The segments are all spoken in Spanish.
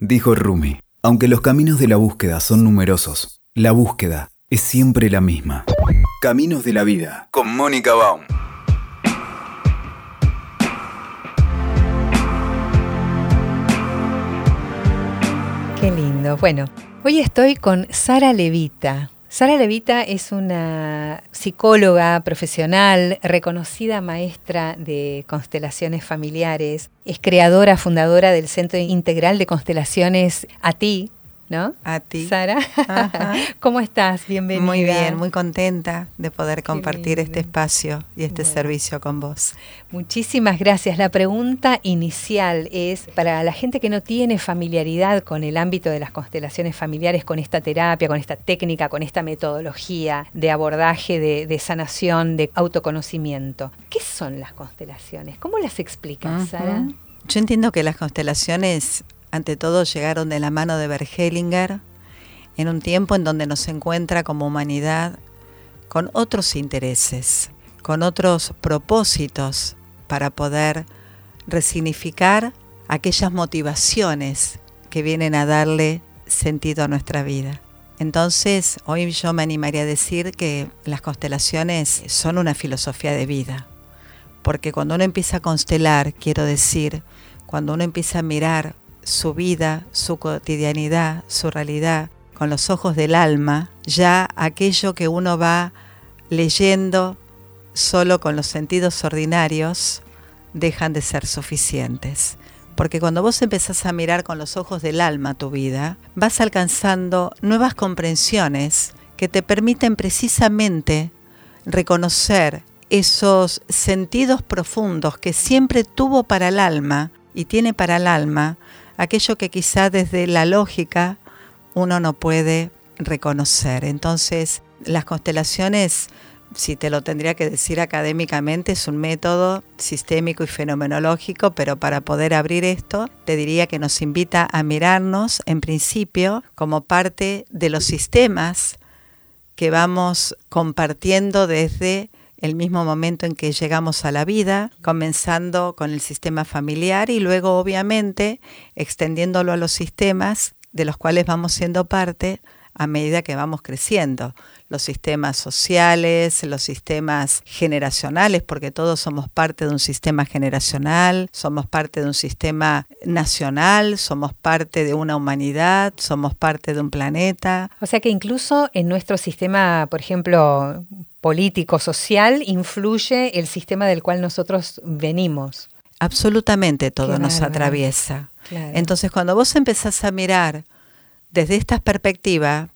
Dijo Rumi, aunque los caminos de la búsqueda son numerosos, la búsqueda es siempre la misma. Caminos de la vida, con Mónica Baum. Qué lindo. Bueno, hoy estoy con Sara Levita. Sara Levita es una psicóloga profesional, reconocida maestra de constelaciones familiares, es creadora, fundadora del Centro Integral de Constelaciones ATI, ¿no? ATI. Sara, ¿cómo estás? Bienvenida. Muy bien, muy contenta de poder compartir este espacio y este servicio con vos. Muchísimas gracias. La pregunta inicial es, para la gente que no tiene familiaridad con el ámbito de las constelaciones familiares, con esta terapia, con esta técnica, con esta metodología de abordaje, de sanación, de autoconocimiento, ¿qué son las constelaciones? ¿Cómo las explicas, Sara? Yo entiendo que las constelaciones, ante todo, llegaron de la mano de Bert Hellinger en un tiempo en donde nos encuentra como humanidad con otros intereses, con otros propósitos para poder resignificar aquellas motivaciones que vienen a darle sentido a nuestra vida. Entonces, hoy yo me animaría a decir que las constelaciones son una filosofía de vida, porque cuando uno empieza a constelar, quiero decir, cuando uno empieza a mirar su vida, su cotidianidad, su realidad, con los ojos del alma, ya aquello que uno va leyendo solo con los sentidos ordinarios dejan de ser suficientes. Porque cuando vos empezás a mirar con los ojos del alma tu vida, vas alcanzando nuevas comprensiones que te permiten precisamente reconocer esos sentidos profundos que siempre tuvo para el alma y tiene para el alma, aquello que quizá desde la lógica uno no puede reconocer. Entonces, las constelaciones, si te lo tendría que decir académicamente, es un método sistémico y fenomenológico, pero para poder abrir esto, te diría que nos invita a mirarnos, en principio, como parte de los sistemas que vamos compartiendo desde el mismo momento en que llegamos a la vida, comenzando con el sistema familiar y luego obviamente extendiéndolo a los sistemas de los cuales vamos siendo parte a medida que vamos creciendo. Los sistemas sociales, los sistemas generacionales, porque todos somos parte de un sistema generacional, somos parte de un sistema nacional, somos parte de una humanidad, somos parte de un planeta. O sea que incluso en nuestro sistema, por ejemplo, político, social, influye el sistema del cual nosotros venimos. Absolutamente todo nos atraviesa. Claro. Entonces, cuando vos empezás a mirar desde esta perspectiva,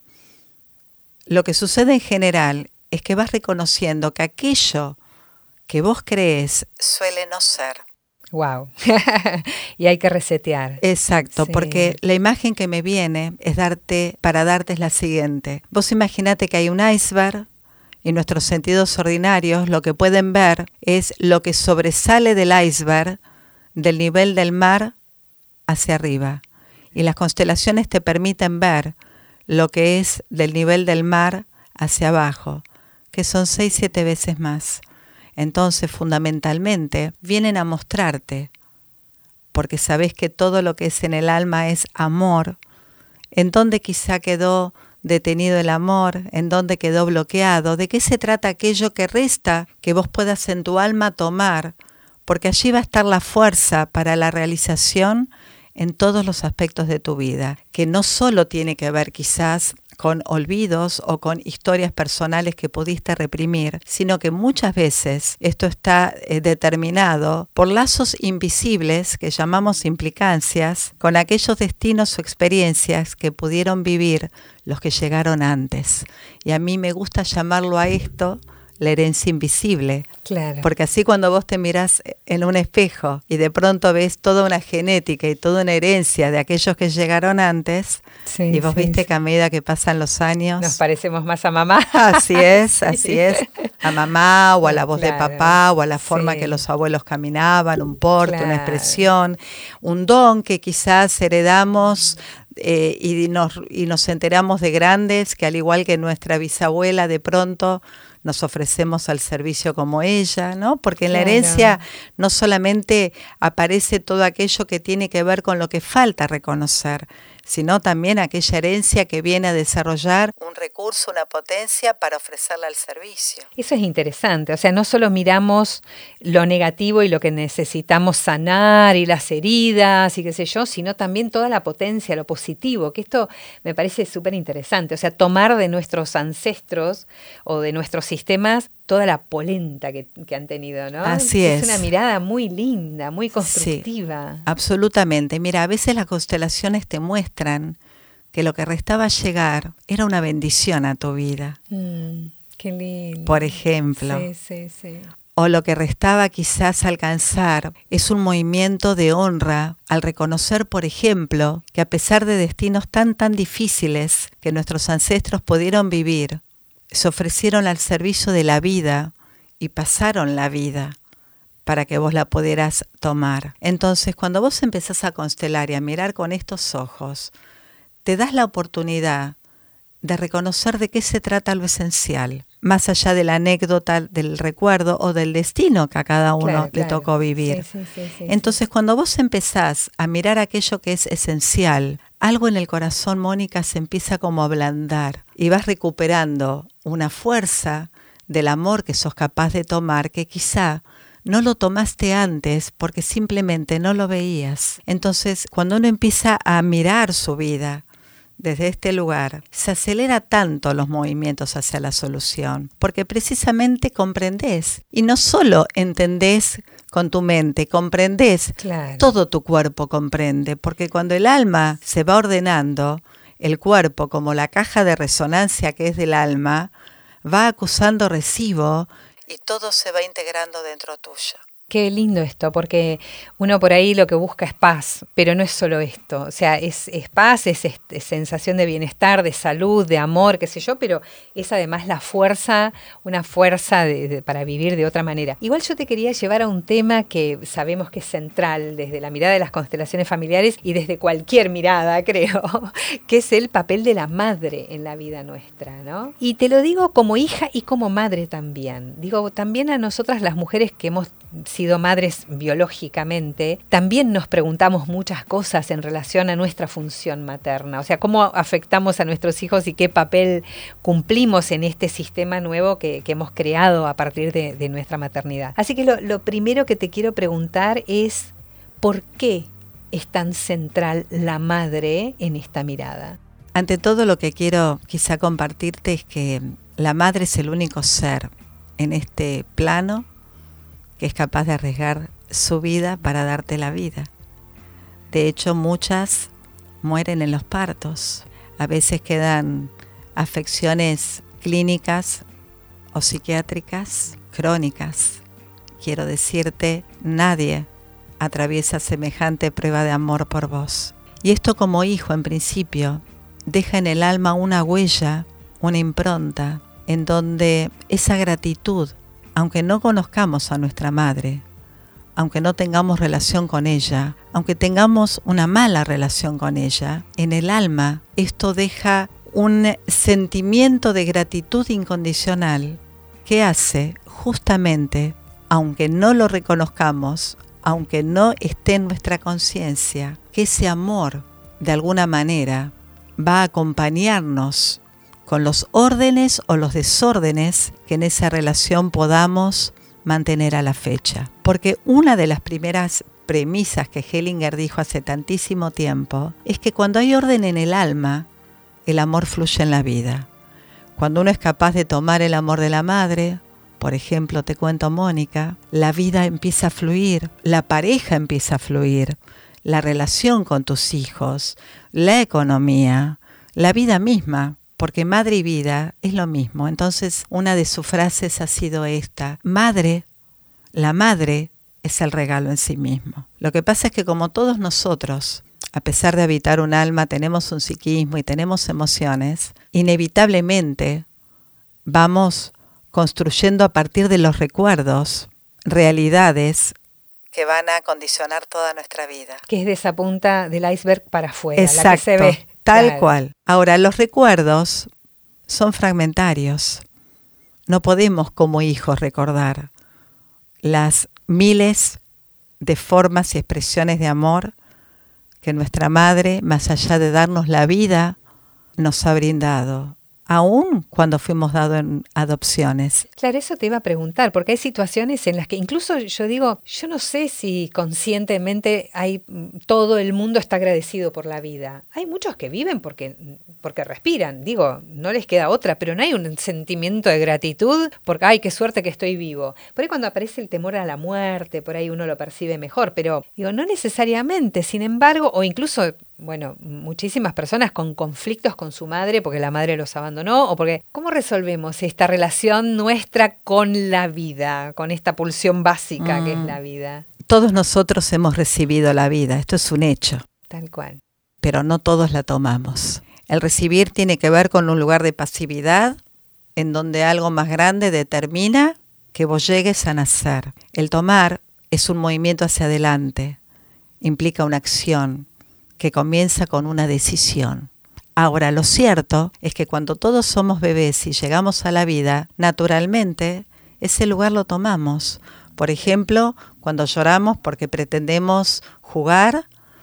lo que sucede en general es que vas reconociendo que aquello que vos crees suele no ser. Wow. Y hay que resetear. Exacto, sí. Porque la imagen que me viene para darte es la siguiente. Vos imaginate que hay un iceberg y nuestros sentidos ordinarios lo que pueden ver es lo que sobresale del iceberg del nivel del mar hacia arriba. Y las constelaciones te permiten ver lo que es del nivel del mar hacia abajo, que son 6-7 veces más. Entonces, fundamentalmente, vienen a mostrarte, porque sabés que todo lo que es en el alma es amor, en donde quizá quedó detenido el amor, en donde quedó bloqueado, de qué se trata aquello que resta que vos puedas en tu alma tomar, porque allí va a estar la fuerza para la realización en todos los aspectos de tu vida, que no solo tiene que ver quizás con olvidos o con historias personales que pudiste reprimir, sino que muchas veces esto está determinado por lazos invisibles que llamamos implicancias con aquellos destinos o experiencias que pudieron vivir los que llegaron antes. Y a mí me gusta llamarlo a esto la herencia invisible. Claro. Porque así cuando vos te mirás en un espejo y de pronto ves toda una genética y toda una herencia de aquellos que llegaron antes, sí, y vos viste que a medida que pasan los años nos parecemos más a mamá. Así es, así es. A mamá o a la voz de papá o a la forma que los abuelos caminaban, un porte, una expresión, un don que quizás heredamos y nos enteramos de grandes que al igual que nuestra bisabuela de pronto nos ofrecemos al servicio como ella, ¿no? Porque en la herencia no solamente aparece todo aquello que tiene que ver con lo que falta reconocer, sino también aquella herencia que viene a desarrollar un recurso, una potencia para ofrecerla al servicio. Eso es interesante, o sea, no solo miramos lo negativo y lo que necesitamos sanar y las heridas y qué sé yo, sino también toda la potencia, lo positivo, que esto me parece súper interesante, o sea, tomar de nuestros ancestros o de nuestros sistemas toda la polenta que han tenido, ¿no? Así es. Es una mirada muy linda, muy constructiva. Sí, absolutamente. Mira, a veces las constelaciones te muestran que lo que restaba llegar era una bendición a tu vida. Qué lindo. Por ejemplo. Sí. O lo que restaba quizás alcanzar es un movimiento de honra al reconocer, por ejemplo, que a pesar de destinos tan difíciles que nuestros ancestros pudieron vivir, se ofrecieron al servicio de la vida y pasaron la vida para que vos la pudieras tomar. Entonces, cuando vos empezás a constelar y a mirar con estos ojos, te das la oportunidad de reconocer de qué se trata lo esencial, más allá de la anécdota, del recuerdo o del destino que a cada uno le tocó vivir. Sí. Entonces, cuando vos empezás a mirar aquello que es esencial, algo en el corazón, Mónica, se empieza como a ablandar y vas recuperando una fuerza del amor que sos capaz de tomar que quizá no lo tomaste antes porque simplemente no lo veías. Entonces, cuando uno empieza a mirar su vida desde este lugar, se acelera tanto los movimientos hacia la solución, porque precisamente comprendés, y no solo entendés con tu mente, comprendés, todo tu cuerpo comprende, porque cuando el alma se va ordenando, el cuerpo, como la caja de resonancia que es del alma, va acusando recibo y todo se va integrando dentro tuyo. Qué lindo esto, porque uno por ahí lo que busca es paz, pero no es solo esto, o sea, es paz, es sensación de bienestar, de salud, de amor, qué sé yo, pero es además la fuerza, una fuerza para vivir de otra manera. Igual yo te quería llevar a un tema que sabemos que es central desde la mirada de las constelaciones familiares y desde cualquier mirada, creo, que es el papel de la madre en la vida nuestra, ¿no? Y te lo digo como hija y como madre también. Digo, también a nosotras las mujeres que hemos sido madres biológicamente, también nos preguntamos muchas cosas en relación a nuestra función materna, o sea, cómo afectamos a nuestros hijos y qué papel cumplimos en este sistema nuevo que hemos creado a partir de nuestra maternidad. Así que lo primero que te quiero preguntar es, ¿por qué es tan central la madre en esta mirada? Ante todo, lo que quiero quizá compartirte es que la madre es el único ser en este plano que es capaz de arriesgar su vida para darte la vida. De hecho, muchas mueren en los partos. A veces quedan afecciones clínicas o psiquiátricas crónicas. Quiero decirte, nadie atraviesa semejante prueba de amor por vos. Y esto como hijo, en principio, deja en el alma una huella, una impronta, en donde esa gratitud, aunque no conozcamos a nuestra madre, aunque no tengamos relación con ella, aunque tengamos una mala relación con ella, en el alma esto deja un sentimiento de gratitud incondicional que hace justamente, aunque no lo reconozcamos, aunque no esté en nuestra conciencia, que ese amor de alguna manera va a acompañarnos con los órdenes o los desórdenes que en esa relación podamos mantener a la fecha. Porque una de las primeras premisas que Hellinger dijo hace tantísimo tiempo es que cuando hay orden en el alma, el amor fluye en la vida. Cuando uno es capaz de tomar el amor de la madre, por ejemplo, te cuento, Mónica, la vida empieza a fluir, la pareja empieza a fluir, la relación con tus hijos, la economía, la vida misma. Porque madre y vida es lo mismo. Entonces, una de sus frases ha sido esta: madre, la madre es el regalo en sí mismo. Lo que pasa es que como todos nosotros, a pesar de habitar un alma, tenemos un psiquismo y tenemos emociones, inevitablemente vamos construyendo a partir de los recuerdos realidades que van a condicionar toda nuestra vida. Que es de esa punta del iceberg para afuera, exacto, la que se ve. Tal cual. Ahora, los recuerdos son fragmentarios. No podemos como hijos recordar las miles de formas y expresiones de amor que nuestra madre, más allá de darnos la vida, nos ha brindado, aún cuando fuimos dados en adopciones. Claro, eso te iba a preguntar, porque hay situaciones en las que incluso yo digo, yo no sé si conscientemente todo el mundo está agradecido por la vida. Hay muchos que viven porque respiran, digo, no les queda otra, pero no hay un sentimiento de gratitud porque, ay, qué suerte que estoy vivo. Por ahí cuando aparece el temor a la muerte, por ahí uno lo percibe mejor, pero digo, no necesariamente, sin embargo, o incluso, bueno, muchísimas personas con conflictos con su madre porque la madre los abandonó o porque, ¿cómo resolvemos esta relación nuestra con la vida, con esta pulsión básica que es la vida? Todos nosotros hemos recibido la vida, esto es un hecho. Tal cual. Pero no todos la tomamos. El recibir tiene que ver con un lugar de pasividad en donde algo más grande determina que vos llegues a nacer. El tomar es un movimiento hacia adelante, implica una acción que comienza con una decisión. Ahora, lo cierto es que cuando todos somos bebés y llegamos a la vida, naturalmente ese lugar lo tomamos. Por ejemplo, cuando lloramos porque pretendemos jugar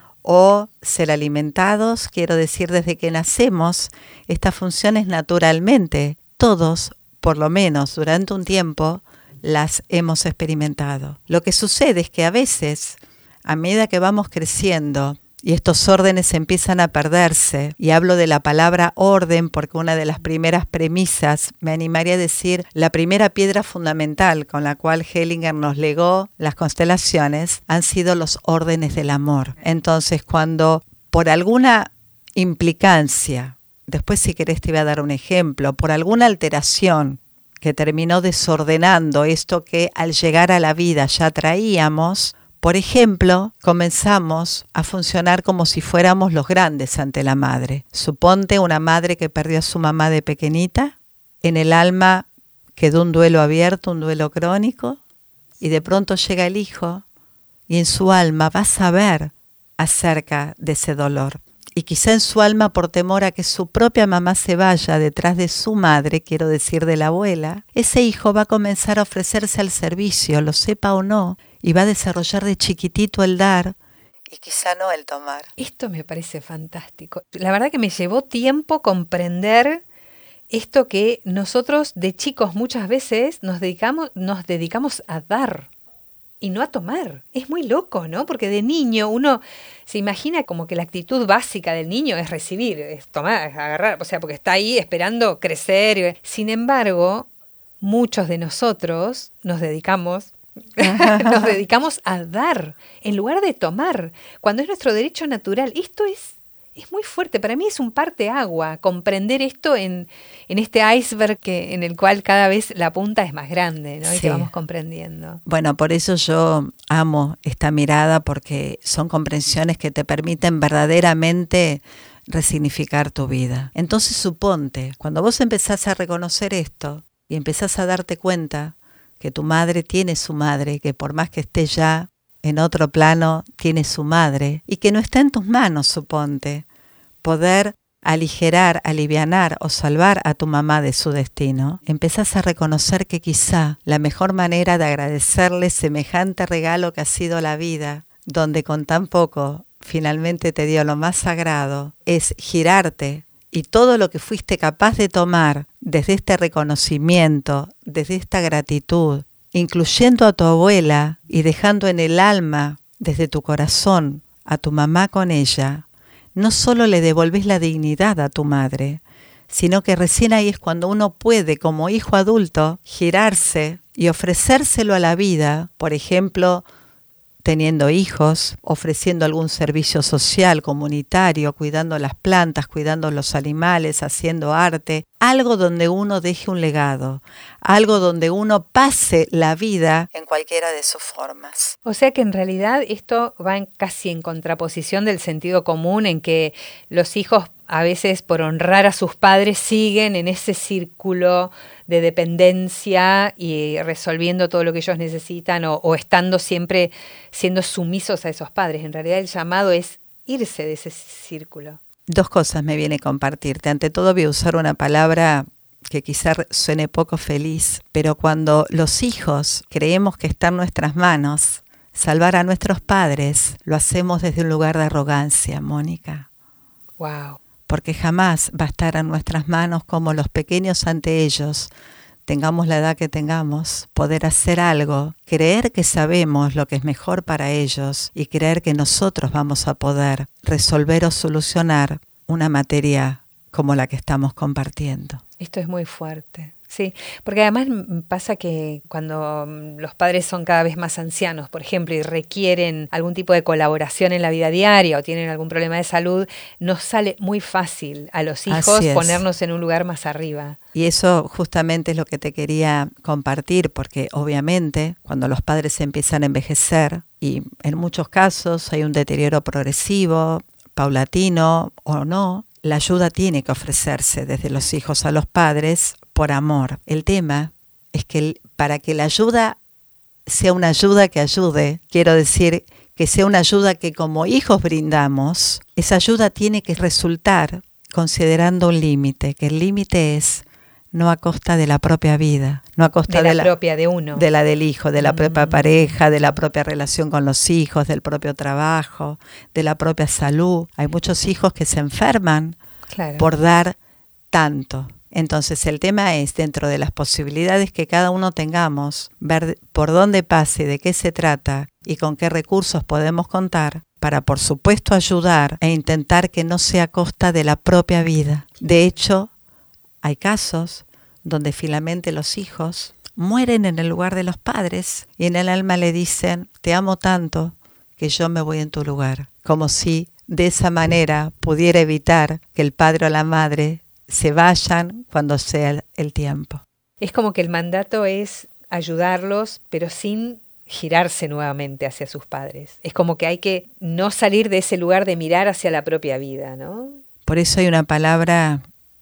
o ser alimentados, quiero decir, desde que nacemos, estas funciones naturalmente, todos, por lo menos durante un tiempo, las hemos experimentado. Lo que sucede es que a veces, a medida que vamos creciendo, y estos órdenes empiezan a perderse, y hablo de la palabra orden porque una de las primeras premisas, me animaría a decir, la primera piedra fundamental con la cual Hellinger nos legó las constelaciones, han sido los órdenes del amor. Entonces, cuando por alguna implicancia, después si querés te voy a dar un ejemplo, por alguna alteración que terminó desordenando esto que al llegar a la vida ya traíamos, por ejemplo, comenzamos a funcionar como si fuéramos los grandes ante la madre. Suponte una madre que perdió a su mamá de pequeñita, en el alma quedó un duelo abierto, un duelo crónico, y de pronto llega el hijo y en su alma va a saber acerca de ese dolor. Y quizá en su alma, por temor a que su propia mamá se vaya detrás de su madre, quiero decir de la abuela, ese hijo va a comenzar a ofrecerse al servicio, lo sepa o no, y va a desarrollar de chiquitito el dar y quizá no el tomar. Esto me parece fantástico. La verdad que me llevó tiempo comprender esto que nosotros de chicos muchas veces nos dedicamos a dar y no a tomar. Es muy loco, ¿no? Porque de niño uno se imagina como que la actitud básica del niño es recibir, es tomar, es agarrar, o sea, porque está ahí esperando crecer. Sin embargo, muchos de nosotros nos dedicamos a dar en lugar de tomar, cuando es nuestro derecho natural. Esto es muy fuerte. Para mí es un parteagua comprender esto en este iceberg en el cual cada vez la punta es más grande, ¿no? Sí. Y que vamos comprendiendo. Bueno, por eso yo amo esta mirada, porque son comprensiones que te permiten verdaderamente resignificar tu vida. Entonces suponte, cuando vos empezás a reconocer esto y empezás a darte cuenta que tu madre tiene su madre, que por más que esté ya en otro plano, tiene su madre, y que no está en tus manos, suponte, poder aligerar, alivianar o salvar a tu mamá de su destino, empezás a reconocer que quizá la mejor manera de agradecerle semejante regalo que ha sido la vida, donde con tan poco finalmente te dio lo más sagrado, es girarte y todo lo que fuiste capaz de tomar desde este reconocimiento, desde esta gratitud, incluyendo a tu abuela y dejando en el alma, desde tu corazón, a tu mamá con ella, no solo le devolvés la dignidad a tu madre, sino que recién ahí es cuando uno puede, como hijo adulto, girarse y ofrecérselo a la vida, por ejemplo, teniendo hijos, ofreciendo algún servicio social, comunitario, cuidando las plantas, cuidando los animales, haciendo arte, algo donde uno deje un legado, algo donde uno pase la vida en cualquiera de sus formas. O sea que en realidad esto va casi en contraposición del sentido común, en que los hijos a veces por honrar a sus padres siguen en ese círculo de dependencia y resolviendo todo lo que ellos necesitan o estando siempre siendo sumisos a esos padres. En realidad el llamado es irse de ese círculo. Dos cosas me viene a compartirte. Ante todo voy a usar una palabra que quizá suene poco feliz, pero cuando los hijos creemos que está en nuestras manos salvar a nuestros padres, lo hacemos desde un lugar de arrogancia, Mónica. Wow. Porque jamás va a estar en nuestras manos como los pequeños ante ellos, tengamos la edad que tengamos, poder hacer algo, creer que sabemos lo que es mejor para ellos y creer que nosotros vamos a poder resolver o solucionar una materia como la que estamos compartiendo. Esto es muy fuerte. Sí, porque además pasa que cuando los padres son cada vez más ancianos, por ejemplo, y requieren algún tipo de colaboración en la vida diaria o tienen algún problema de salud, nos sale muy fácil a los hijos ponernos en un lugar más arriba. Y eso justamente es lo que te quería compartir, porque obviamente cuando los padres empiezan a envejecer, y en muchos casos hay un deterioro progresivo, paulatino o no, la ayuda tiene que ofrecerse desde los hijos a los padres por amor. El tema es que para que la ayuda sea una ayuda que ayude, quiero decir que sea una ayuda que como hijos brindamos, esa ayuda tiene que resultar considerando un límite, que el límite es no a costa de la propia vida, no a costa de la propia de uno, de la del hijo, de la propia pareja, de la propia relación con los hijos, del propio trabajo, de la propia salud. Hay muchos hijos que se enferman por dar tanto. Entonces el tema es, dentro de las posibilidades que cada uno tengamos, ver por dónde pase, de qué se trata y con qué recursos podemos contar para, por supuesto, ayudar e intentar que no sea a costa de la propia vida. De hecho, hay casos donde finalmente los hijos mueren en el lugar de los padres y en el alma le dicen, te amo tanto que yo me voy en tu lugar. Como si de esa manera pudiera evitar que el padre o la madre se vayan cuando sea el tiempo. Es como que el mandato es ayudarlos, pero sin girarse nuevamente hacia sus padres. Es como que hay que no salir de ese lugar de mirar hacia la propia vida, ¿no? Por eso hay una palabra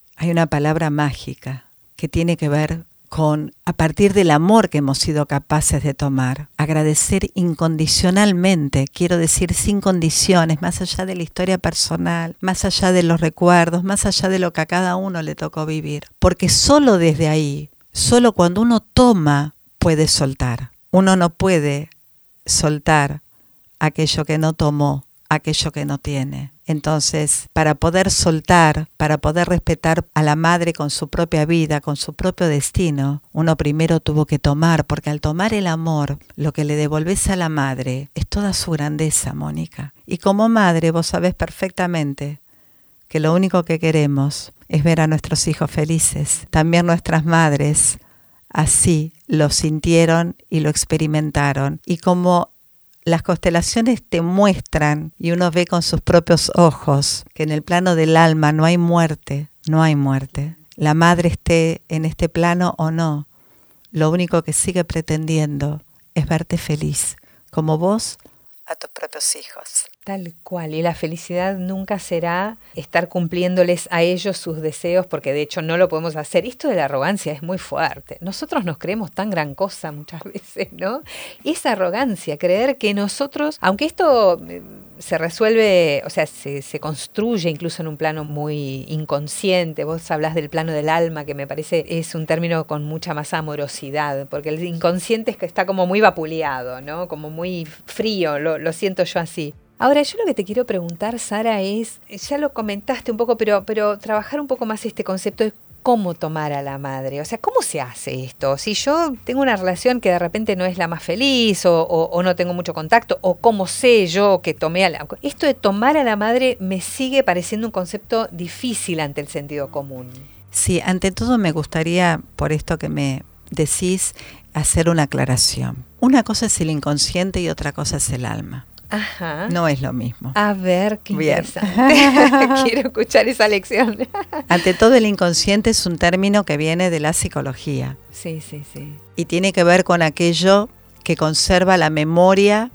mágica que tiene que ver con, a partir del amor que hemos sido capaces de tomar, agradecer incondicionalmente, quiero decir sin condiciones, más allá de la historia personal, más allá de los recuerdos, más allá de lo que a cada uno le tocó vivir. Porque solo desde ahí, solo cuando uno toma, puede soltar. Uno no puede soltar aquello que no tomó, aquello que no tiene. Entonces, para poder soltar, para poder respetar a la madre con su propia vida, con su propio destino, uno primero tuvo que tomar, porque al tomar el amor, lo que le devolvés a la madre es toda su grandeza, Mónica. Y como madre, vos sabés perfectamente que lo único que queremos es ver a nuestros hijos felices. También nuestras madres así lo sintieron y lo experimentaron. Y como las constelaciones te muestran y uno ve con sus propios ojos que en el plano del alma no hay muerte, no hay muerte. La madre esté en este plano o no, lo único que sigue pretendiendo es verte feliz, como vos a tus propios hijos. Tal cual, y la felicidad nunca será estar cumpliéndoles a ellos sus deseos, porque de hecho no lo podemos hacer. Esto de la arrogancia es muy fuerte. Nosotros nos creemos tan gran cosa muchas veces, ¿no? Esa arrogancia, creer que nosotros, aunque esto se resuelve, o sea, se construye incluso en un plano muy inconsciente. Vos hablás del plano del alma, que me parece es un término con mucha más amorosidad, porque el inconsciente es que está como muy vapuleado, ¿no? Como muy frío, lo siento yo así. Ahora, yo lo que te quiero preguntar, Sara, es, ya lo comentaste un poco, pero trabajar un poco más este concepto de cómo tomar a la madre. O sea, ¿cómo se hace esto? Si yo tengo una relación que de repente no es la más feliz o no tengo mucho contacto, o cómo sé yo que tomé a la... Esto de tomar a la madre me sigue pareciendo un concepto difícil ante el sentido común. Sí, ante todo me gustaría, por esto que me decís, hacer una aclaración. Una cosa es el inconsciente y otra cosa es el alma. Ajá. No es lo mismo. A ver, qué Bien. interesante. Quiero escuchar esa lección. Ante todo, el inconsciente es un término que viene de la psicología. Sí, sí, sí. Y tiene que ver con aquello que conserva la memoria,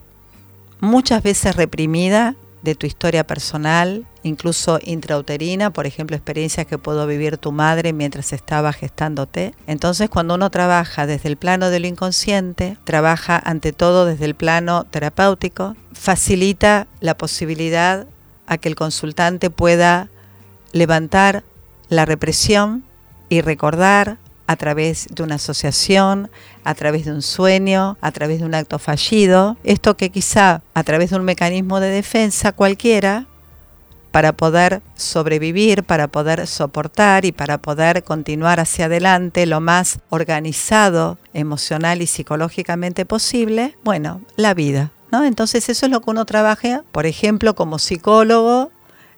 muchas veces reprimida, de tu historia personal, incluso intrauterina, por ejemplo, experiencias que pudo vivir tu madre mientras estaba gestándote. Entonces, cuando uno trabaja desde el plano de lo inconsciente, trabaja ante todo desde el plano terapéutico, facilita la posibilidad a que el consultante pueda levantar la represión y recordar a través de una asociación, a través de un sueño, a través de un acto fallido, esto que quizá a través de un mecanismo de defensa cualquiera, para poder sobrevivir, para poder soportar y para poder continuar hacia adelante lo más organizado, emocional y psicológicamente posible, bueno, la vida, ¿no? Entonces eso es lo que uno trabaja, por ejemplo, como psicólogo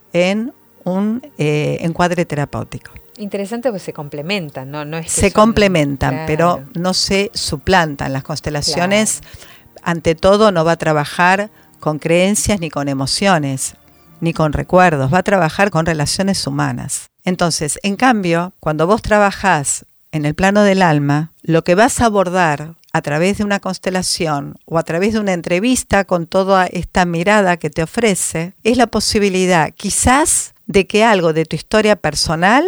en un encuadre terapéutico. Interesante, pues se complementan, ¿no? No es que se complementan, claro, pero no se suplantan. Las constelaciones, ante todo, no va a trabajar con creencias ni con emociones, ni con recuerdos, va a trabajar con relaciones humanas. Entonces, en cambio, cuando vos trabajás en el plano del alma, lo que vas a abordar a través de una constelación o a través de una entrevista con toda esta mirada que te ofrece, es la posibilidad quizás de que algo de tu historia personal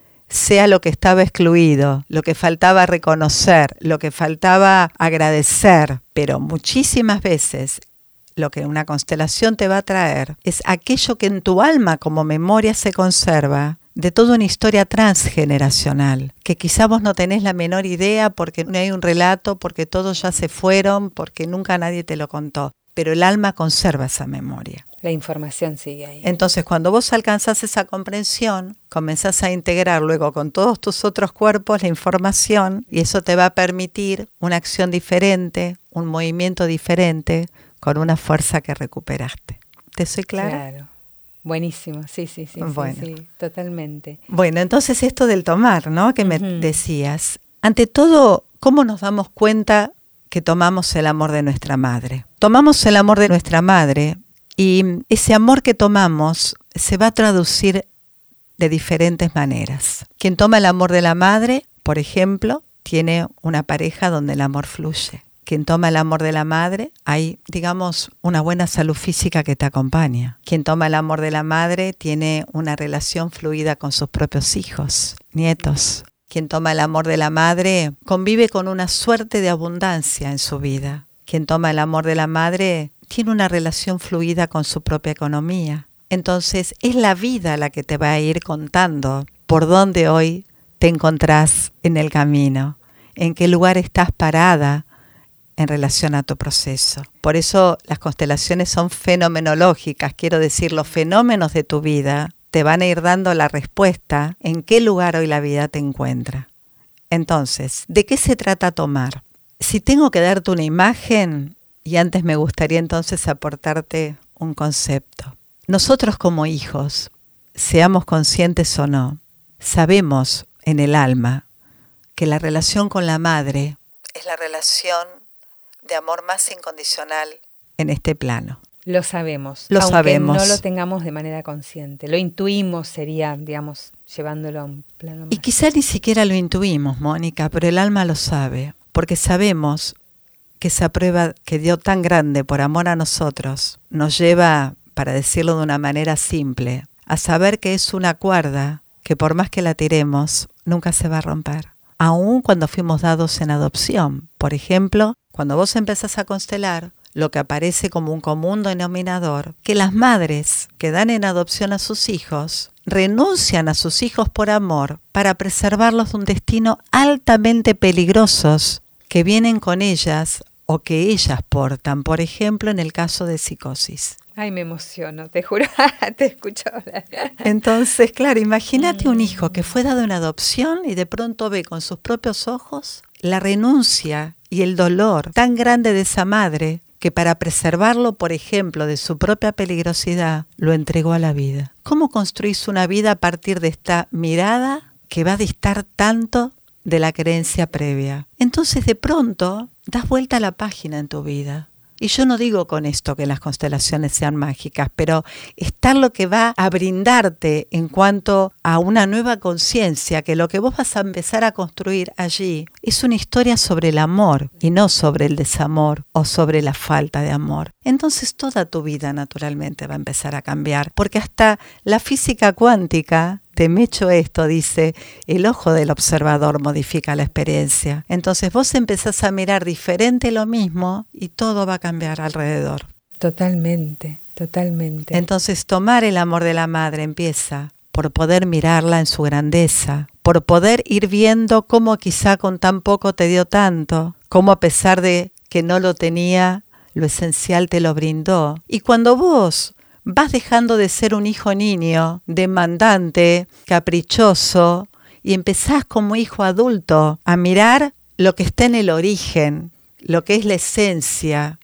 sea lo que estaba excluido, lo que faltaba reconocer, lo que faltaba agradecer, pero muchísimas veces lo que una constelación te va a traer es aquello que en tu alma como memoria se conserva de toda una historia transgeneracional, que quizá vos no tenés la menor idea porque no hay un relato, porque todos ya se fueron, porque nunca nadie te lo contó, pero el alma conserva esa memoria. La información sigue ahí. Entonces, cuando vos alcanzás esa comprensión, comenzás a integrar luego con todos tus otros cuerpos la información y eso te va a permitir una acción diferente, un movimiento diferente, con una fuerza que recuperaste. ¿Te soy clara? Claro. Buenísimo, sí, bueno. Sí, totalmente. Bueno, entonces esto del tomar, ¿no? Que me decías. Ante todo, ¿cómo nos damos cuenta que tomamos el amor de nuestra madre? Tomamos el amor de nuestra madre y ese amor que tomamos se va a traducir de diferentes maneras. Quien toma el amor de la madre, por ejemplo, tiene una pareja donde el amor fluye. Quien toma el amor de la madre, hay, digamos, una buena salud física que te acompaña. Quien toma el amor de la madre tiene una relación fluida con sus propios hijos, nietos. Quien toma el amor de la madre convive con una suerte de abundancia en su vida. Quien toma el amor de la madre tiene una relación fluida con su propia economía. Entonces, es la vida la que te va a ir contando por dónde hoy te encontrás en el camino, en qué lugar estás parada en relación a tu proceso. Por eso las constelaciones son fenomenológicas, quiero decir, los fenómenos de tu vida te van a ir dando la respuesta en qué lugar hoy la vida te encuentra. Entonces, ¿de qué se trata tomar? Si tengo que darte una imagen, y antes me gustaría entonces aportarte un concepto. Nosotros como hijos, seamos conscientes o no, sabemos en el alma que la relación con la madre es la relación de amor más incondicional en este plano. Lo sabemos, lo aunque sabemos. No lo tengamos de manera consciente. Lo intuimos, sería, digamos, llevándolo a un plano más. Y quizá ni siquiera lo intuimos, Mónica, pero el alma lo sabe, porque sabemos que esa prueba que dio tan grande por amor a nosotros nos lleva, para decirlo de una manera simple, a saber que es una cuerda que por más que la tiremos, nunca se va a romper. Aún cuando fuimos dados en adopción. Por ejemplo, cuando vos empezás a constelar, lo que aparece como un común denominador, que las madres que dan en adopción a sus hijos renuncian a sus hijos por amor para preservarlos de un destino altamente peligrosos que vienen con ellas o que ellas portan, por ejemplo, en el caso de psicosis. Ay, me emociono, te juro, te escucho hablar. Entonces, claro, imagínate un hijo que fue dado en adopción y de pronto ve con sus propios ojos la renuncia y el dolor tan grande de esa madre que para preservarlo, por ejemplo, de su propia peligrosidad, lo entregó a la vida. ¿Cómo construís una vida a partir de esta mirada que va a distar tanto de la creencia previa? Entonces, de pronto, das vuelta a la página en tu vida. Y yo no digo con esto que las constelaciones sean mágicas, pero está lo que va a brindarte en cuanto a una nueva conciencia, que lo que vos vas a empezar a construir allí es una historia sobre el amor y no sobre el desamor o sobre la falta de amor. Entonces toda tu vida naturalmente va a empezar a cambiar, porque hasta la física cuántica, te mecho esto, dice, el ojo del observador modifica la experiencia. Entonces vos empezás a mirar diferente lo mismo y todo va a cambiar alrededor. Totalmente, totalmente. Entonces tomar el amor de la madre empieza por poder mirarla en su grandeza, por poder ir viendo cómo quizá con tan poco te dio tanto, cómo a pesar de que no lo tenía, lo esencial te lo brindó. Y cuando vos vas dejando de ser un hijo niño, demandante, caprichoso, y empezás como hijo adulto a mirar lo que está en el origen, lo que es la esencia,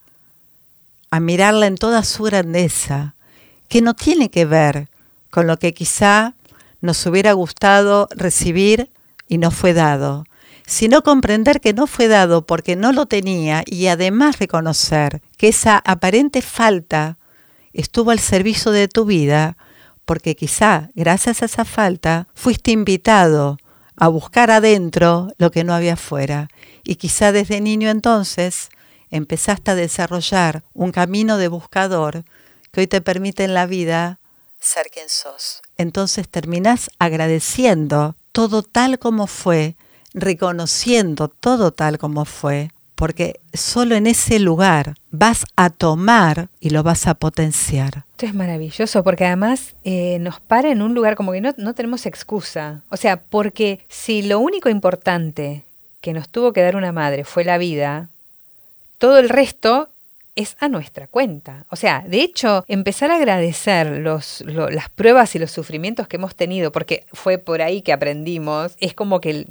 a mirarla en toda su grandeza, que no tiene que ver con lo que quizá nos hubiera gustado recibir y no fue dado, sino comprender que no fue dado porque no lo tenía y además reconocer que esa aparente falta estuvo al servicio de tu vida porque quizá gracias a esa falta fuiste invitado a buscar adentro lo que no había afuera y quizá desde niño entonces empezaste a desarrollar un camino de buscador que hoy te permite en la vida ser quien sos. Entonces terminás agradeciendo todo tal como fue, reconociendo todo tal como fue, porque solo en ese lugar vas a tomar y lo vas a potenciar. Esto es maravilloso porque además nos para en un lugar como que no tenemos excusa. O sea, porque si lo único importante que nos tuvo que dar una madre fue la vida, todo el resto es a nuestra cuenta. O sea, de hecho, empezar a agradecer las pruebas y los sufrimientos que hemos tenido, porque fue por ahí que aprendimos, es como que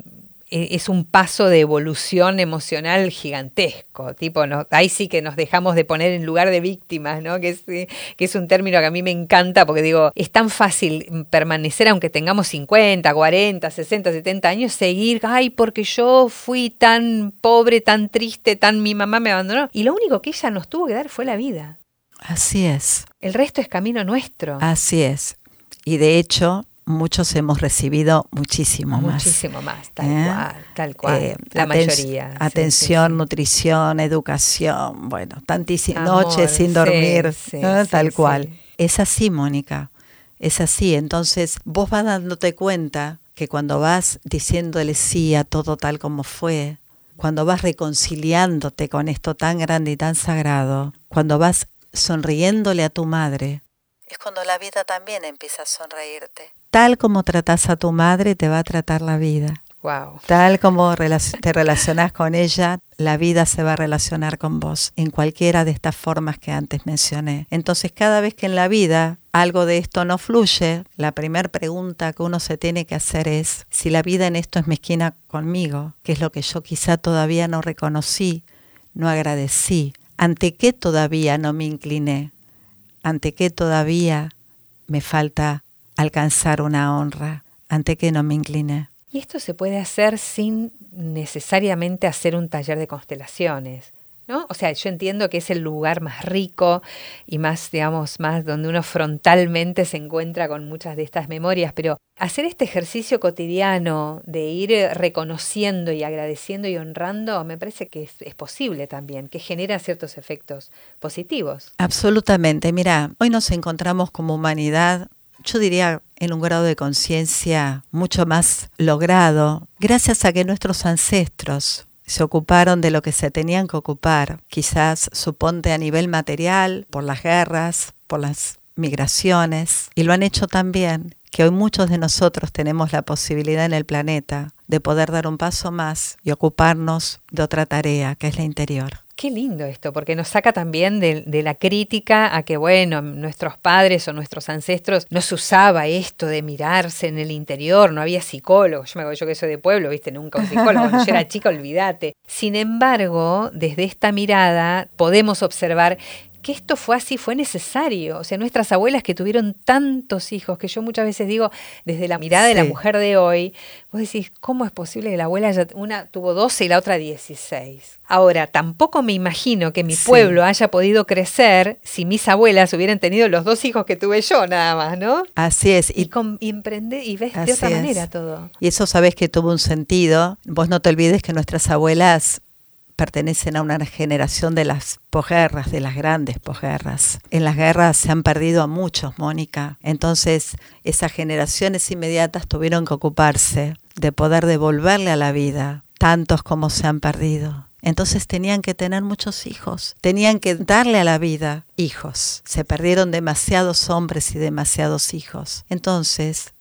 es un paso de evolución emocional gigantesco. Tipo, ahí sí que nos dejamos de poner en lugar de víctimas, ¿no? Que es un término que a mí me encanta, porque digo, es tan fácil permanecer, aunque tengamos 50, 40, 60, 70 años, seguir, ay, porque yo fui tan pobre, tan triste, mi mamá me abandonó. Y lo único que ella nos tuvo que dar fue la vida. Así es. El resto es camino nuestro. Así es. Y de hecho, muchos hemos recibido muchísimo más. Muchísimo más, tal cual. La mayoría. Atención, sí. Nutrición, educación, bueno, tantísimas noches sin dormir, tal cual. Sí. Es así, Mónica, es así. Entonces, vos vas dándote cuenta que cuando vas diciéndole sí a todo tal como fue, cuando vas reconciliándote con esto tan grande y tan sagrado, cuando vas sonriéndole a tu madre, es cuando la vida también empieza a sonreírte. Tal como tratás a tu madre, te va a tratar la vida. Wow. Tal como te relacionás con ella, la vida se va a relacionar con vos en cualquiera de estas formas que antes mencioné. Entonces, cada vez que en la vida algo de esto no fluye, la primera pregunta que uno se tiene que hacer es si la vida en esto es mezquina conmigo, que es lo que yo quizá todavía no reconocí, no agradecí, ante qué todavía no me incliné, ante qué todavía me falta alcanzar una honra, ante qué no me incliné. Y esto se puede hacer sin necesariamente hacer un taller de constelaciones, ¿no? O sea, yo entiendo que es el lugar más rico y más, digamos, más donde uno frontalmente se encuentra con muchas de estas memorias, pero hacer este ejercicio cotidiano de ir reconociendo y agradeciendo y honrando, me parece que es posible también, que genera ciertos efectos positivos. Absolutamente. Mira, hoy nos encontramos como humanidad, yo diría en un grado de conciencia mucho más logrado, gracias a que nuestros ancestros se ocuparon de lo que se tenían que ocupar, quizás suponte a nivel material, por las guerras, por las migraciones, y lo han hecho tan bien que hoy muchos de nosotros tenemos la posibilidad en el planeta de poder dar un paso más y ocuparnos de otra tarea, que es la interior. Qué lindo esto, porque nos saca también de la crítica a que, bueno, nuestros padres o nuestros ancestros no se usaba esto de mirarse en el interior, no había psicólogos. Yo que soy de pueblo, viste, nunca un psicólogo, cuando yo era chica, olvídate. Sin embargo, desde esta mirada podemos observar que esto fue así, fue necesario. O sea, nuestras abuelas que tuvieron tantos hijos, que yo muchas veces digo, desde la mirada de la mujer de hoy, vos decís, ¿cómo es posible que la abuela una tuvo 12 y la otra 16? Ahora, tampoco me imagino que mi pueblo haya podido crecer si mis abuelas hubieran tenido los 2 hijos que tuve yo nada más, ¿no? Así es. Y emprender y ves de otra manera todo. Y eso sabés que tuvo un sentido. Vos no te olvides que nuestras abuelas pertenecen a una generación de las posguerras, de las grandes posguerras. En las guerras se han perdido a muchos, Mónica. Entonces, esas generaciones inmediatas tuvieron que ocuparse de poder devolverle a la vida tantos como se han perdido. Entonces tenían que tener muchos hijos, tenían que darle a la vida hijos. Se perdieron demasiados hombres y demasiados hijos. Entonces,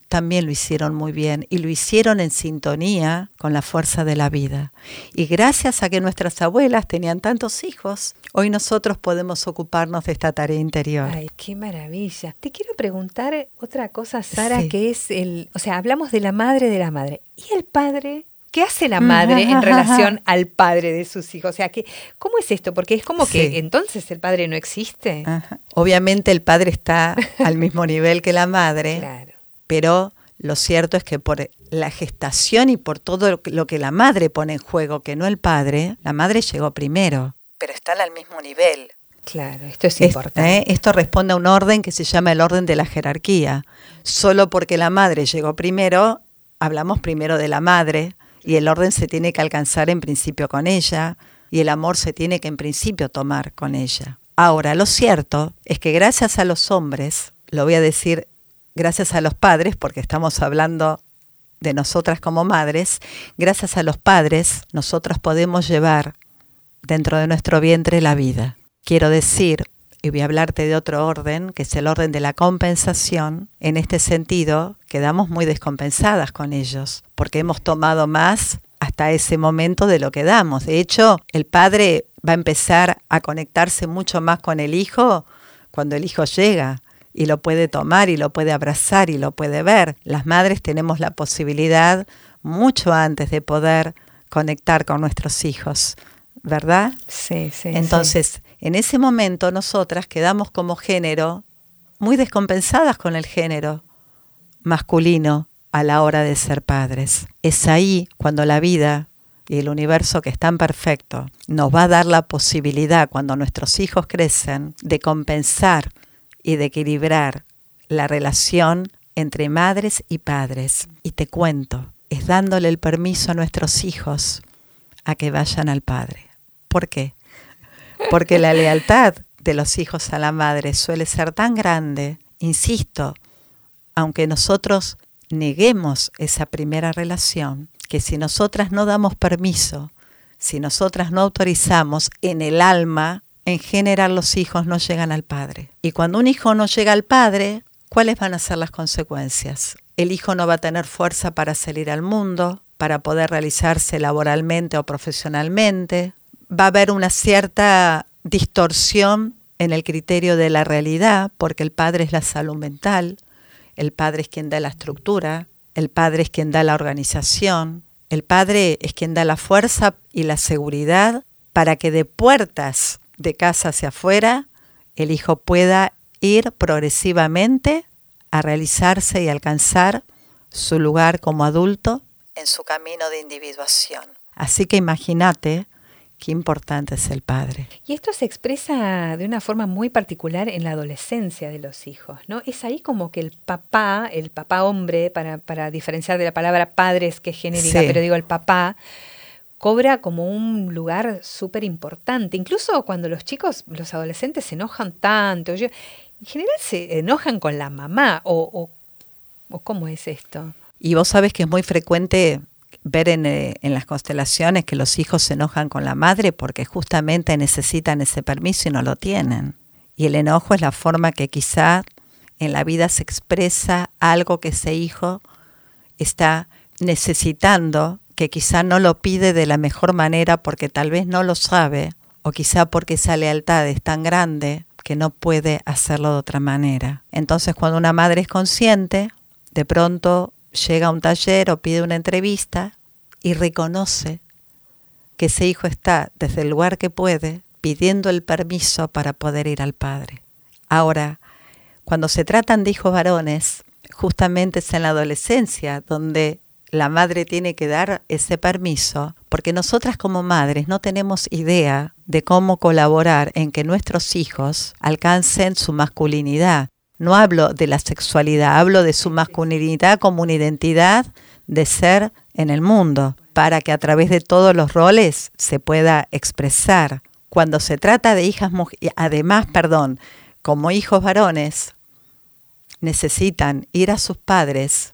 también lo hicieron muy bien y lo hicieron en sintonía con la fuerza de la vida. Y gracias a que nuestras abuelas tenían tantos hijos, hoy nosotros podemos ocuparnos de esta tarea interior. Ay, qué maravilla. Te quiero preguntar otra cosa, Sara, Sí. que es hablamos de la madre. ¿Y el padre? ¿Qué hace la madre en relación al padre de sus hijos? O sea, ¿cómo es esto? Porque es como que Sí. entonces el padre no existe. Ajá. Obviamente el padre está al mismo nivel que la madre, Claro. pero lo cierto es que por la gestación y por todo lo que la madre pone en juego, que no el padre, la madre llegó primero, pero están al mismo nivel. Claro, esto es importante. Esto responde a un orden que se llama el orden de la jerarquía. Solo porque la madre llegó primero, hablamos primero de la madre, y el orden se tiene que alcanzar en principio con ella, y el amor se tiene que en principio tomar con ella. Ahora, lo cierto es que gracias a los hombres, lo voy a decir gracias a los padres, porque estamos hablando de nosotras como madres, gracias a los padres nosotros podemos llevar dentro de nuestro vientre la vida. Quiero decir, y voy a hablarte de otro orden, que es el orden de la compensación. En este sentido, quedamos muy descompensadas con ellos, porque hemos tomado más hasta ese momento de lo que damos. De hecho, el padre va a empezar a conectarse mucho más con el hijo cuando el hijo llega y lo puede tomar y lo puede abrazar y lo puede ver. Las madres tenemos la posibilidad mucho antes de poder conectar con nuestros hijos, ¿verdad? Sí, sí. Entonces, en ese momento nosotras quedamos como género muy descompensadas con el género masculino a la hora de ser padres. Es ahí cuando la vida y el universo, que es tan perfecto, nos va a dar la posibilidad, cuando nuestros hijos crecen, de compensar y de equilibrar la relación entre madres y padres. Y te cuento, es dándole el permiso a nuestros hijos a que vayan al padre. ¿Por qué? Porque la lealtad de los hijos a la madre suele ser tan grande, insisto, aunque nosotros neguemos esa primera relación, que si nosotras no damos permiso, si nosotras no autorizamos, en el alma, en general los hijos no llegan al padre. Y cuando un hijo no llega al padre, ¿cuáles van a ser las consecuencias? El hijo no va a tener fuerza para salir al mundo, para poder realizarse laboralmente o profesionalmente. Va a haber una cierta distorsión en el criterio de la realidad, porque el padre es la salud mental, el padre es quien da la estructura, el padre es quien da la organización, el padre es quien da la fuerza y la seguridad para que de puertas de casa hacia afuera el hijo pueda ir progresivamente a realizarse y alcanzar su lugar como adulto en su camino de individuación. Así que imagínate qué importante es el padre. Y esto se expresa de una forma muy particular en la adolescencia de los hijos, ¿no? Es ahí como que el papá hombre, para diferenciar de la palabra padres, que es genérica, Sí. pero digo el papá, cobra como un lugar súper importante. Incluso cuando los adolescentes se enojan tanto, en general se enojan con la mamá, o ¿cómo es esto? Y vos sabés que es muy frecuente ver en las constelaciones que los hijos se enojan con la madre porque justamente necesitan ese permiso y no lo tienen. Y el enojo es la forma que quizá en la vida se expresa algo que ese hijo está necesitando, que quizá no lo pide de la mejor manera porque tal vez no lo sabe, o quizá porque esa lealtad es tan grande que no puede hacerlo de otra manera. Entonces, cuando una madre es consciente, de pronto llega a un taller o pide una entrevista y reconoce que ese hijo está desde el lugar que puede pidiendo el permiso para poder ir al padre. Ahora, cuando se tratan de hijos varones, justamente es en la adolescencia donde la madre tiene que dar ese permiso, porque nosotras como madres no tenemos idea de cómo colaborar en que nuestros hijos alcancen su masculinidad. No hablo de la sexualidad, hablo de su masculinidad como una identidad de ser en el mundo, para que a través de todos los roles se pueda expresar. Cuando se trata de hijas mujeres, además, como hijos varones, necesitan ir a sus padres,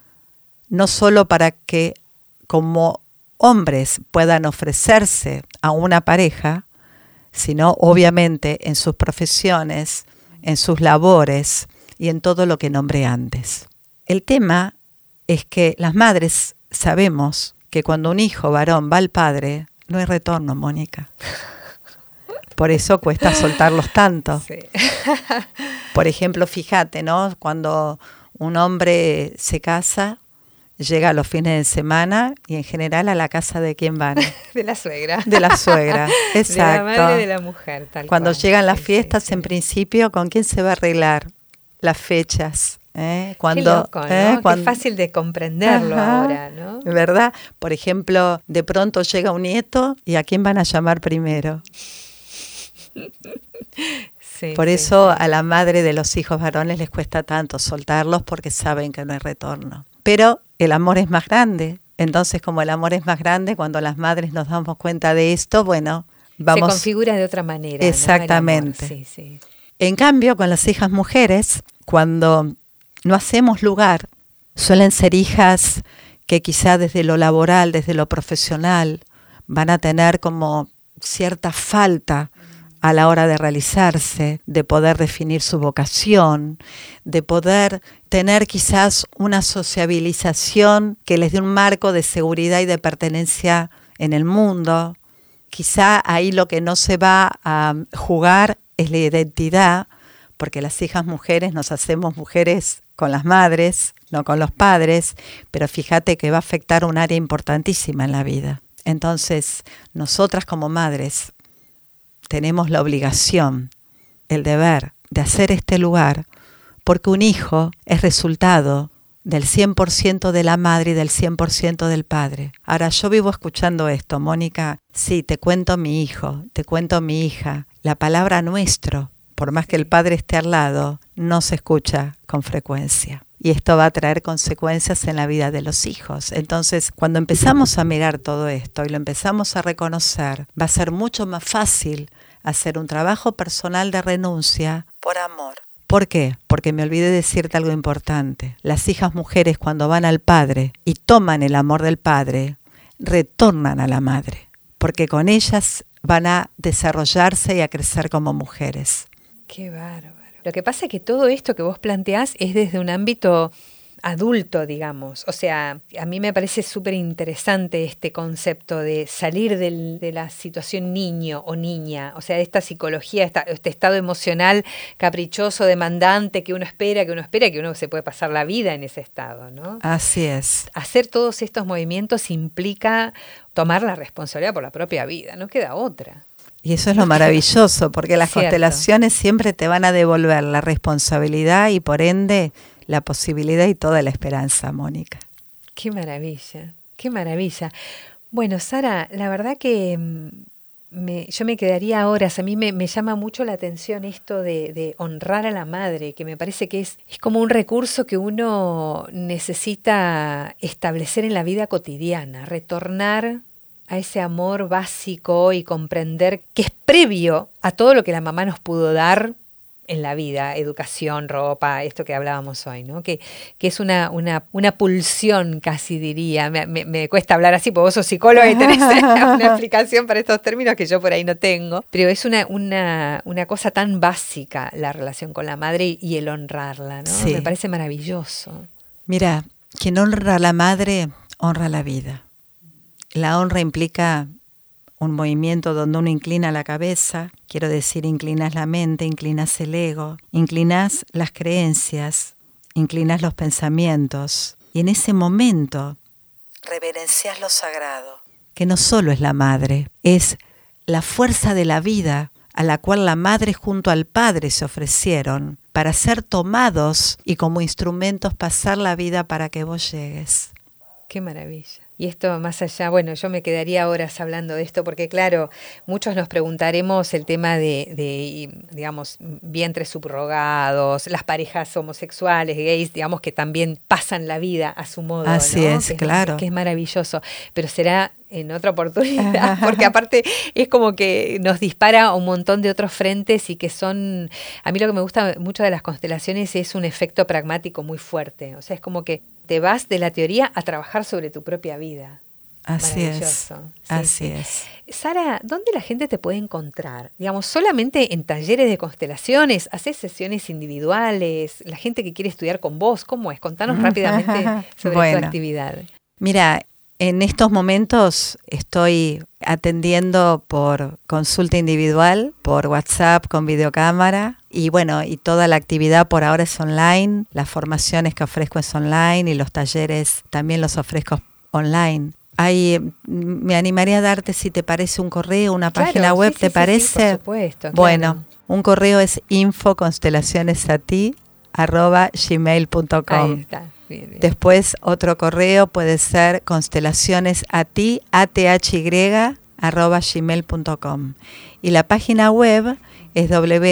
no solo para que como hombres puedan ofrecerse a una pareja, sino obviamente en sus profesiones, en sus labores y en todo lo que nombré antes. El tema es que las madres sabemos que cuando un hijo varón va al padre, no hay retorno, Mónica. Por eso cuesta soltarlos tanto. Sí. Por ejemplo, fíjate, ¿no? Cuando un hombre se casa, llega a los fines de semana y en general a la casa de quién van. De la suegra. De la suegra, exacto. De la madre de la mujer, tal Cuando cual. llegan las Sí, fiestas, sí, en principio, ¿con quién se va a arreglar las fechas? Qué loco, ¿no? Qué fácil de comprenderlo ahora, ¿no? ¿Verdad? Por ejemplo, de pronto llega un nieto y ¿a quién van a llamar primero? Sí, Por sí, eso sí. a la madre de los hijos varones les cuesta tanto soltarlos porque saben que no hay retorno. Pero el amor es más grande. Entonces, como el amor es más grande, cuando las madres nos damos cuenta de esto, bueno, vamos... Se configura de otra manera. Exactamente. ¿No? Sí, sí. En cambio, con las hijas mujeres, cuando no hacemos lugar, suelen ser hijas que quizá desde lo laboral, desde lo profesional, van a tener como cierta falta a la hora de realizarse, de poder definir su vocación, de poder tener quizás una sociabilización que les dé un marco de seguridad y de pertenencia en el mundo. Quizá ahí lo que no se va a jugar es la identidad, porque las hijas mujeres nos hacemos mujeres con las madres, no con los padres, pero fíjate que va a afectar un área importantísima en la vida. Entonces, nosotras como madres tenemos la obligación, el deber de hacer este lugar, porque un hijo es resultado del 100% de la madre y del 100% del padre. Ahora, yo vivo escuchando esto, Mónica, sí, te cuento mi hijo, te cuento mi hija. La palabra nuestro, por más que el padre esté al lado, no se escucha con frecuencia. Y esto va a traer consecuencias en la vida de los hijos. Entonces, cuando empezamos a mirar todo esto y lo empezamos a reconocer, va a ser mucho más fácil hacer un trabajo personal de renuncia por amor. ¿Por qué? Porque me olvidé decirte algo importante. Las hijas mujeres cuando van al padre y toman el amor del padre, retornan a la madre, porque con ellas van a desarrollarse y a crecer como mujeres. Qué bárbaro. Lo que pasa es que todo esto que vos planteás es desde un ámbito adulto, digamos. O sea, a mí me parece súper interesante este concepto de salir de la situación niño o niña, o sea, de esta psicología, este estado emocional caprichoso, demandante, que uno espera, que uno se puede pasar la vida en ese estado, ¿no? Así es. Hacer todos estos movimientos implica tomar la responsabilidad por la propia vida, no queda otra. Y eso es lo maravilloso, porque las Cierto. constelaciones siempre te van a devolver la responsabilidad y por ende la posibilidad y toda la esperanza, Mónica. Qué maravilla, qué maravilla. Bueno, Sara, la verdad que yo me quedaría horas. A mí me llama mucho la atención esto de honrar a la madre, que me parece que es como un recurso que uno necesita establecer en la vida cotidiana, retornar a ese amor básico y comprender que es previo a todo lo que la mamá nos pudo dar en la vida, educación, ropa, esto que hablábamos hoy, ¿no? Que es una pulsión, casi diría. Me cuesta hablar así, porque vos sos psicóloga y tenés una explicación para estos términos que yo por ahí no tengo. Pero es una cosa tan básica la relación con la madre y el honrarla, ¿no? Sí. Me parece maravilloso. Mira, quien honra a la madre, honra la vida. La honra implica un movimiento donde uno inclina la cabeza, quiero decir, inclinas la mente, inclinas el ego, inclinas las creencias, inclinas los pensamientos. Y en ese momento reverencias lo sagrado, que no solo es la madre, es la fuerza de la vida a la cual la madre junto al padre se ofrecieron para ser tomados y como instrumentos pasar la vida para que vos llegues. Qué maravilla. Y esto más allá, bueno, yo me quedaría horas hablando de esto porque claro, muchos nos preguntaremos el tema de digamos, vientres subrogados, las parejas homosexuales, gays, digamos, que también pasan la vida a su modo. Así ¿no? es, claro. Que es maravilloso, pero será en otra oportunidad, porque aparte es como que nos dispara a un montón de otros frentes y que son, a mí lo que me gusta mucho de las constelaciones es un efecto pragmático muy fuerte, o sea, es como que te vas de la teoría a trabajar sobre tu propia vida. Así Maravilloso. es, así es. Sara, ¿dónde la gente te puede encontrar? Digamos, solamente en talleres de constelaciones, ¿haces sesiones individuales? La gente que quiere estudiar con vos, ¿cómo es? Contanos rápidamente sobre tu actividad. Mira, en estos momentos estoy atendiendo por consulta individual, por WhatsApp con videocámara y bueno, y toda la actividad por ahora es online, las formaciones que ofrezco es online y los talleres también los ofrezco online. Me animaría a darte, si te parece, un correo, una página web, ¿te parece? Sí, por supuesto, claro. Bueno, un correo es info.constelacionesati@gmail.com. Ahí está. Bien, bien. Después otro correo puede ser constelacionesati@gmail.com. Y la página web es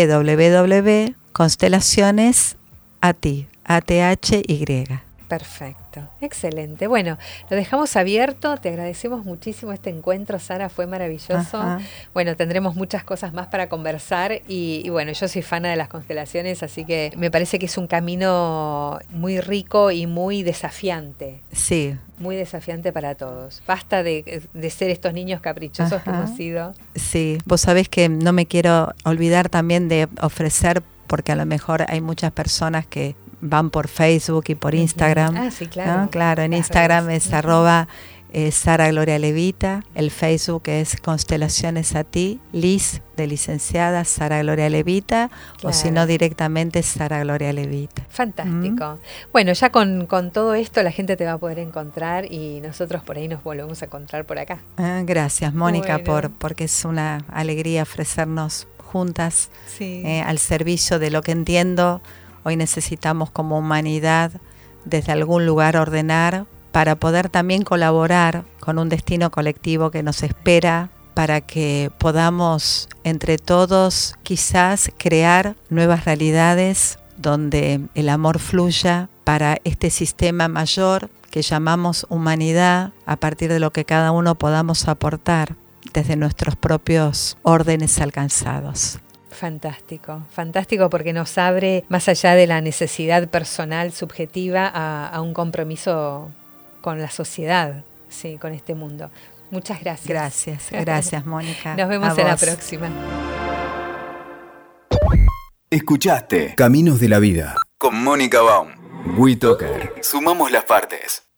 www.constelacionesati. Perfecto, excelente. Bueno, lo dejamos abierto, te agradecemos muchísimo este encuentro, Sara, fue maravilloso. Ajá. Bueno, tendremos muchas cosas más para conversar y bueno, yo soy fana de las constelaciones, así que me parece que es un camino muy rico y muy desafiante. Sí. Muy desafiante para todos. Basta de ser estos niños caprichosos Ajá. que hemos sido. Sí, vos sabés que no me quiero olvidar también de ofrecer, porque a lo mejor hay muchas personas que van por Facebook y por Instagram. Ah, sí, claro. ¿No? Claro, en Las Instagram redes. es @ Sara Gloria Levita, el Facebook es Constelaciones a ti, Liz de licenciada Sara Gloria Levita, Claro. o si no directamente Sara Gloria Levita. Fantástico. Bueno, ya con todo esto la gente te va a poder encontrar y nosotros por ahí nos volvemos a encontrar por acá. Gracias, Mónica, Bueno. porque es una alegría ofrecernos juntas Sí. al servicio de lo que entiendo. Hoy necesitamos como humanidad desde algún lugar ordenar para poder también colaborar con un destino colectivo que nos espera, para que podamos entre todos quizás crear nuevas realidades donde el amor fluya para este sistema mayor que llamamos humanidad, a partir de lo que cada uno podamos aportar desde nuestros propios órdenes alcanzados. Fantástico, fantástico porque nos abre más allá de la necesidad personal subjetiva a un compromiso con la sociedad, sí, con este mundo. Muchas gracias. Gracias, Mónica. Nos vemos en la próxima. Escuchaste Caminos de la Vida con Mónica Baum. WeToker. Sumamos las partes.